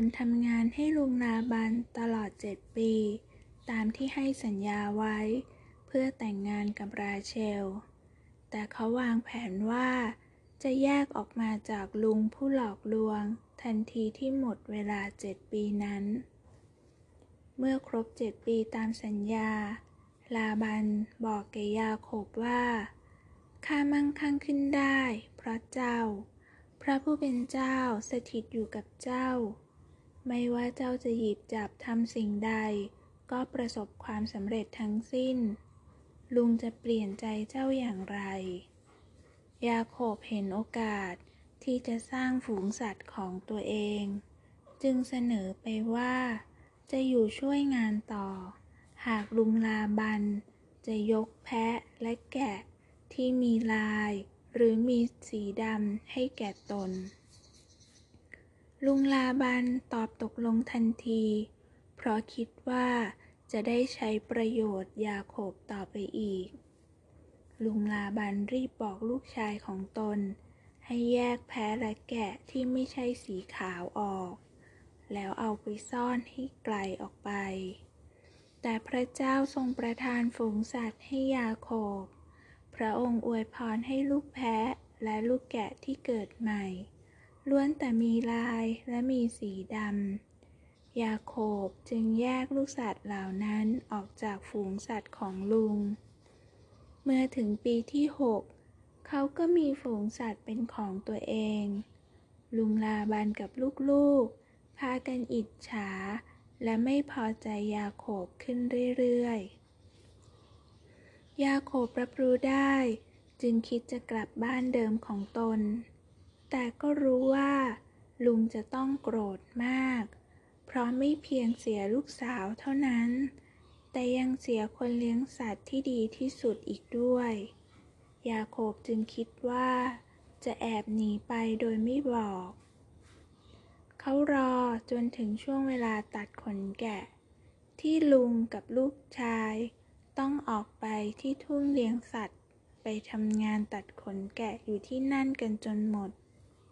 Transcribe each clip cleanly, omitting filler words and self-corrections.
ทำงานให้ลุงลาบันตลอด7 ปีตามที่ให้สัญญาไว้เพื่อแต่งงานกับราเชลแต่เขาวางแผนว่าจะแยกออกมาจากลุงผู้หลอกลวงทันทีที่หมดเวลา7 ปีนั้นเมื่อครบ7 ปีตามสัญญาลาบันบอกแก่ยาโคบว่าข้ามั่งคั่งขึ้นได้เพราะเจ้าพระผู้เป็นเจ้าสถิตอยู่กับเจ้าไม่ว่าเจ้าจะหยิบจับทำสิ่งใดก็ประสบความสำเร็จทั้งสิ้นลุงจะเปลี่ยนใจเจ้าอย่างไรยาโคบเห็นโอกาสที่จะสร้างฝูงสัตว์ของตัวเองจึงเสนอไปว่าจะอยู่ช่วยงานต่อหากลุงลาบันจะยกแพะและแกะที่มีลายหรือมีสีดำให้แก่ตนลุงลาบันตอบตกลงทันทีเพราะคิดว่าจะได้ใช้ประโยชน์ยาโคบต่อไปอีกลุงลาบันรีบบอกลูกชายของตนให้แยกแพะและแกะที่ไม่ใช่สีขาวออกแล้วเอาไปซ่อนให้ไกลออกไปแต่พระเจ้าทรงประทานฝูงสัตว์ให้ยาโคบพระองค์อวยพรให้ลูกแพะและลูกแกะที่เกิดใหม่ล้วนแต่มีลายและมีสีดำยาโคบจึงแยกลูกสัตว์เหล่านั้นออกจากฝูงสัตว์ของลุงเมื่อถึงปีที่6เขาก็มีฝูงสัตว์เป็นของตัวเองลุงลาบันกับลูกๆพากันอิจฉาและไม่พอใจยาโคบขึ้นเรื่อยๆยาโคบรับรู้ได้จึงคิดจะกลับบ้านเดิมของตนแต่ก็รู้ว่าลุงจะต้องโกรธมากเพราะไม่เพียงเสียลูกสาวเท่านั้นแต่ยังเสียคนเลี้ยงสัตว์ที่ดีที่สุดอีกด้วยยาโคบจึงคิดว่าจะแอบหนีไปโดยไม่บอกเขารอจนถึงช่วงเวลาตัดขนแกะที่ลุงกับลูกชายต้องออกไปที่ทุ่งเลี้ยงสัตว์ไปทำงานตัดขนแกะอยู่ที่นั่นกันจนหมด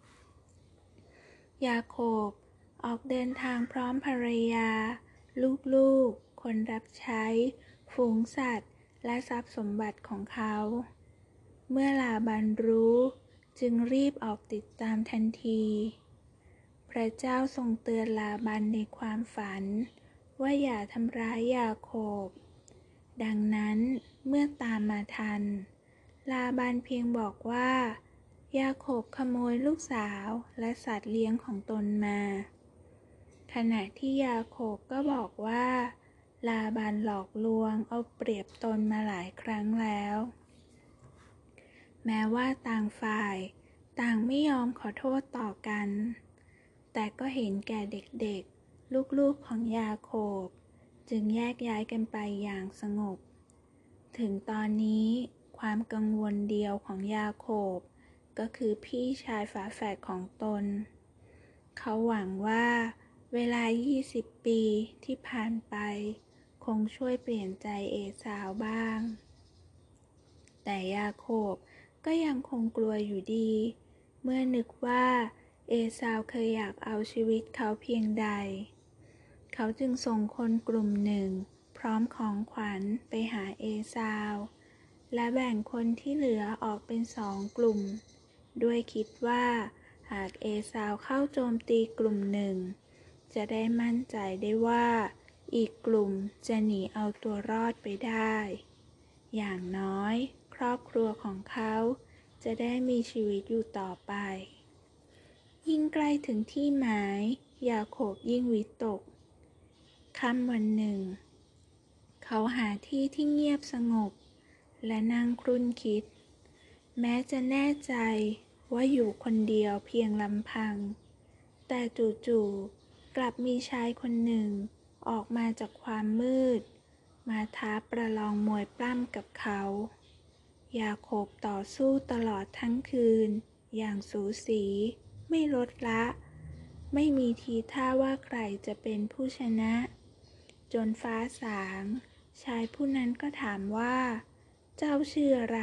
ยาโคบออกเดินทางพร้อมภรรยาลูกๆคนรับใช้ฝูงสัตว์และทรัพย์สมบัติของเขาเมื่อลาบันรู้จึงรีบออกติดตามทันทีพระเจ้าทรงเตือนลาบันในความฝันว่าอย่าทำร้ายยาโคบดังนั้นเมื่อตามมาทันลาบันเพียงบอกว่ายาโคบขโมยลูกสาวและสัตว์เลี้ยงของตนมาขณะที่ยาโคบก็บอกว่าลาบันหลอกลวงเอาเปรียบตนมาหลายครั้งแล้วแม้ว่าต่างฝ่ายต่างไม่ยอมขอโทษต่อกันแต่ก็เห็นแก่เด็กๆลูกๆของยาโคบจึงแยกย้ายกันไปอย่างสงบถึงตอนนี้ความกังวลเดียวของยาโคบก็คือพี่ชายฝาแฝดของตนเขาหวังว่าเวลา20 ปีที่ผ่านไปคงช่วยเปลี่ยนใจเอสาวบ้างแต่ยาโคบก็ยังคงกลัวอยู่ดีเมื่อนึกว่าเอสาวเคยอยากเอาชีวิตเขาเพียงใดเขาจึงส่งคนกลุ่มหนึ่งพร้อมของขวัญไปหาเอสาวและแบ่งคนที่เหลือออกเป็น2 กลุ่มด้วยคิดว่าหากเอสาวเข้าโจมตีกลุ่มหนึ่งจะได้มั่นใจได้ว่าอีกกลุ่มจะหนีเอาตัวรอดไปได้อย่างน้อยครอบครัวของเขาจะได้มีชีวิตอยู่ต่อไปยิ่งใกล้ถึงที่หมายยาโคบยิ่งวิตกค่ำวันหนึ่งเขาหาที่ที่เงียบสงบและนั่งครุ่นคิดแม้จะแน่ใจว่าอยู่คนเดียวเพียงลำพังแต่จู่ๆกลับมีชายคนหนึ่งออกมาจากความมืดมาท้าประลองมวยปล้ำกับเขายาโคบต่อสู้ตลอดทั้งคืนอย่างสูสีไม่ลดละไม่มีทีท่าว่าใครจะเป็นผู้ชนะจนฟ้าสางชายผู้นั้นก็ถามว่าเจ้าชื่ออะไร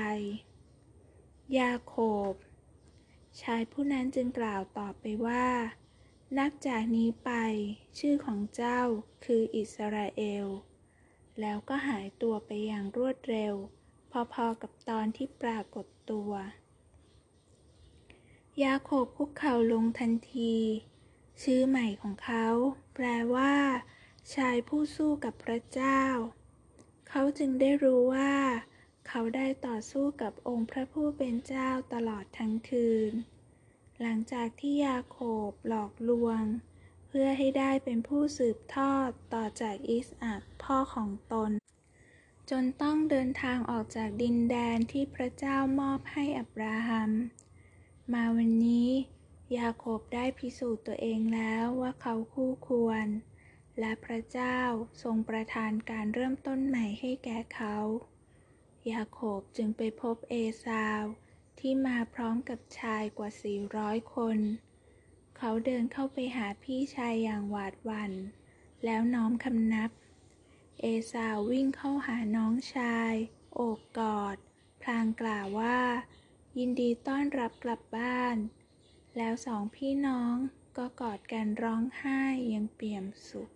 ยาโคบชายผู้นั้นจึงกล่าวตอบไปว่านับจากนี้ไปชื่อของเจ้าคืออิสราเอลแล้วก็หายตัวไปอย่างรวดเร็วพอๆกับตอนที่ปรากฏตัวยาโคบคุกเข่าลงทันทีชื่อใหม่ของเขาแปลว่าชายผู้สู้กับพระเจ้าเขาจึงได้รู้ว่าเขาได้ต่อสู้กับองค์พระผู้เป็นเจ้าตลอดทั้งคืนหลังจากที่ยาโคบหลอกลวงเพื่อให้ได้เป็นผู้สืบทอดต่อจากอิสอัคพ่อของตนจนต้องเดินทางออกจากดินแดนที่พระเจ้ามอบให้อับราฮัมมาวันนี้ยาโคบได้พิสูจน์ตัวเองแล้วว่าเขาคู่ควรและพระเจ้าทรงประทานการเริ่มต้นใหม่ให้แก่เขายาโคบจึงไปพบเอซาวที่มาพร้อมกับชายกว่า400 คนเขาเดินเข้าไปหาพี่ชายอย่างหวาดหวั่นแล้วน้อมคำนับเอซาววิ่งเข้าหาน้องชายโอบกอดพลางกล่าวว่ายินดีต้อนรับกลับบ้านแล้ว2 พี่น้องก็กอดกันร้องไห้อย่างเปี่ยมสุข